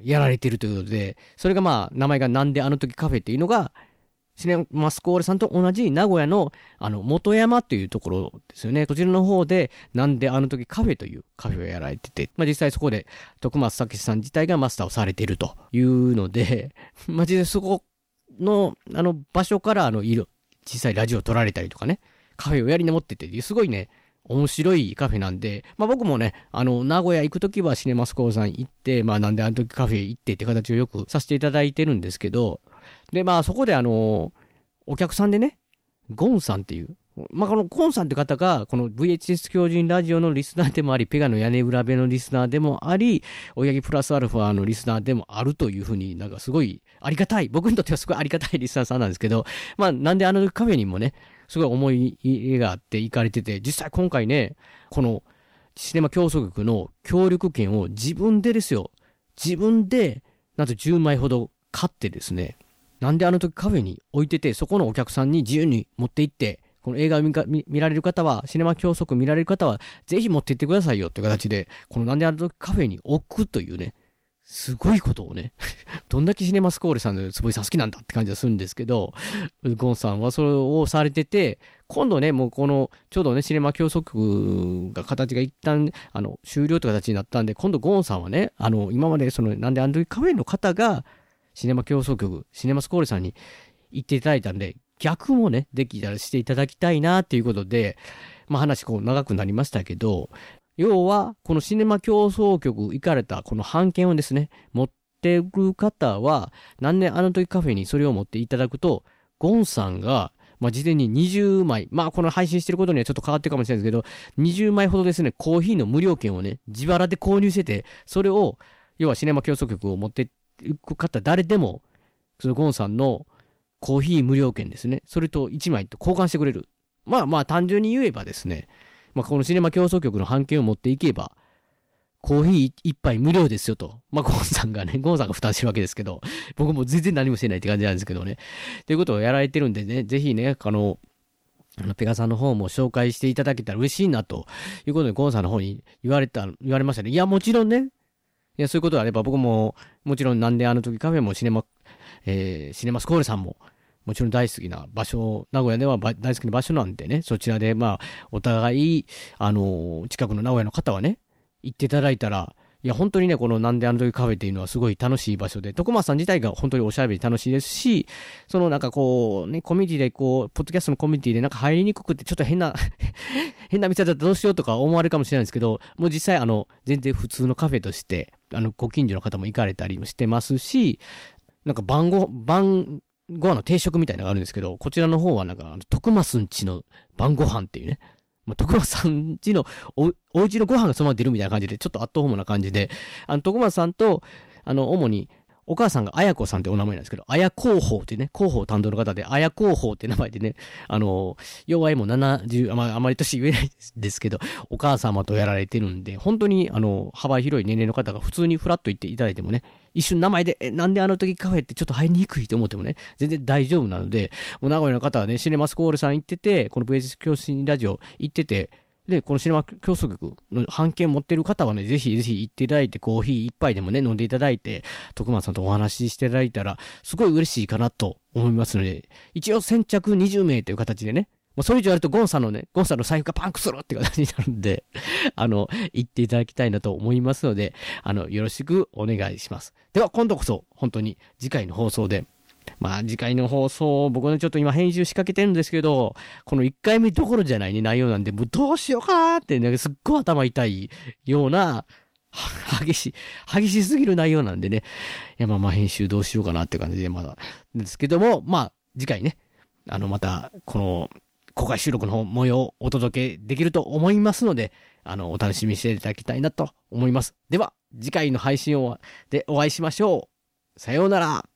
やられてるということで、それがまあ、名前がなんであの時カフェっていうのが、シネマスコーレさんと同じ名古屋の、元山というところですよね。こちらの方で、なんであの時カフェというカフェをやられてて、まあ実際そこで、徳松武さん自体がマスターをされているというので、まあ実際そこの、場所から実際ラジオを撮られたりとかね、カフェをやりに持ってて、すごいね、面白いカフェなんで、まあ僕もね、名古屋行くときはシネマスコーレさん行って、まあなんであの時カフェ行ってって形をよくさせていただいてるんですけど、で、まあそこでお客さんでね、ゴンさんっていう、まあこのゴンさんって方が、この VHS 狂人ラジオのリスナーでもあり、ペガの屋根裏部のリスナーでもあり、おやぎプラスアルファのリスナーでもあるというふうになんかすごいありがたい、僕にとってはすごいありがたいリスナーさんなんですけど、まあなんであのカフェにもね、すごい思い入れがあって行かれてて、実際今回ね、このシネマ競争局の協力券を自分でですよ、自分でなんと10枚ほど買ってですね、なんであの時カフェに置いてて、そこのお客さんに自由に持って行って、この映画を見られる方は、シネマ競争局見られる方は、ぜひ持って行ってくださいよって形で、このなんであの時カフェに置くというね、すごいことをね、どんだけシネマスコーレさんの坪井さん好きなんだって感じがするんですけど、ゴンさんはそれをされてて、今度ね、もうこの、ちょうどね、シネマ競争局が形が一旦、終了という形になったんで、今度ゴンさんはね、今までなんであの時カフェの方が、シネマ競争局、シネマスコーレさんに行っていただいたんで、逆もね、できたらしていただきたいなっていうことで、まあ話こう長くなりましたけど、要は、このシネマ競争局行かれたこの版権をですね、持ってる方は、なんであの時カフェにそれを持っていただくと、ゴンさんが、まあ、事前に20枚、まあ、この配信してることにはちょっと変わってるかもしれないですけど、20枚ほどですね、コーヒーの無料券をね、自腹で購入してて、それを、要はシネマ競争局を持っていく方、誰でも、そのゴンさんのコーヒー無料券ですね、それと1枚と交換してくれる。まあ、単純に言えばですね、まあ、このシネマ競争局の版権を持っていけば、コーヒー一杯無料ですよと。まあ、ゴンさんが負担してるわけですけど、僕も全然何もしてないって感じなんですけどね。ということをやられてるんでね、ぜひね、ペガさんの方も紹介していただけたら嬉しいなということで、ゴンさんの方に言われましたね。いや、もちろんね、いや、そういうことであれば僕も、もちろんなんであの時カフェもシネマスコーレさんも、もちろん大好きな場所、名古屋では大好きな場所なんでね、そちらで、まあ、お互い、近くの名古屋の方はね、行っていただいたら、いや、本当にね、このなんであの時カフェっていうのはすごい楽しい場所で、徳松さん自体が本当におしゃべり楽しいですし、なんかこう、ね、コミュニティでこう、ポッドキャストのコミュニティでなんか入りにくくて、ちょっと変な店だったらどうしようとか思われるかもしれないんですけど、もう実際全然普通のカフェとして、ご近所の方も行かれたりもしてますし、なんか晩ご飯の定食みたいなのがあるんですけど、こちらの方はなんか、徳松んちの晩ご飯っていうね、まあ、徳松さんちのお家のご飯がそのまま出るみたいな感じで、ちょっとアットホームな感じで、徳松さんと、主に、お母さんが綾子さんってお名前なんですけど、綾広報っていうね、広報担当の方で、綾広報って名前でね、要はもう70、まあ、あまり年言えないですけど、お母様とやられてるんで、本当に、幅広い年齢の方が普通にフラッと言っていただいてもね、一瞬名前で、なんであの時カフェってちょっと入りにくいと思ってもね、全然大丈夫なので、もう名古屋の方はね、シネマスコーレさん行ってて、この VHS 教師ラジオ行ってて、で、このシネマ競争局の版権持ってる方はね、ぜひぜひ行っていただいて、コーヒー一杯でもね、飲んでいただいて、徳松さんとお話ししていただいたら、すごい嬉しいかなと思いますので、一応先着20名という形でね、もうそれ以上やるとゴンさんの財布がパンクするっていう形になるんで、行っていただきたいなと思いますので、よろしくお願いします。では、今度こそ、本当に次回の放送で、まあ次回の放送、僕ねちょっと今編集仕掛けてるんですけど、この1回目どころじゃないね、内容なんで、もうどうしようかーってね、すっごい頭痛いような、激しすぎる内容なんでね、いやまあ編集どうしようかなって感じでまだ、ですけども、まあ次回ね、また、この、公開収録の模様をお届けできると思いますので、お楽しみにしていただきたいなと思います。では、次回の配信でお会いしましょう。さようなら。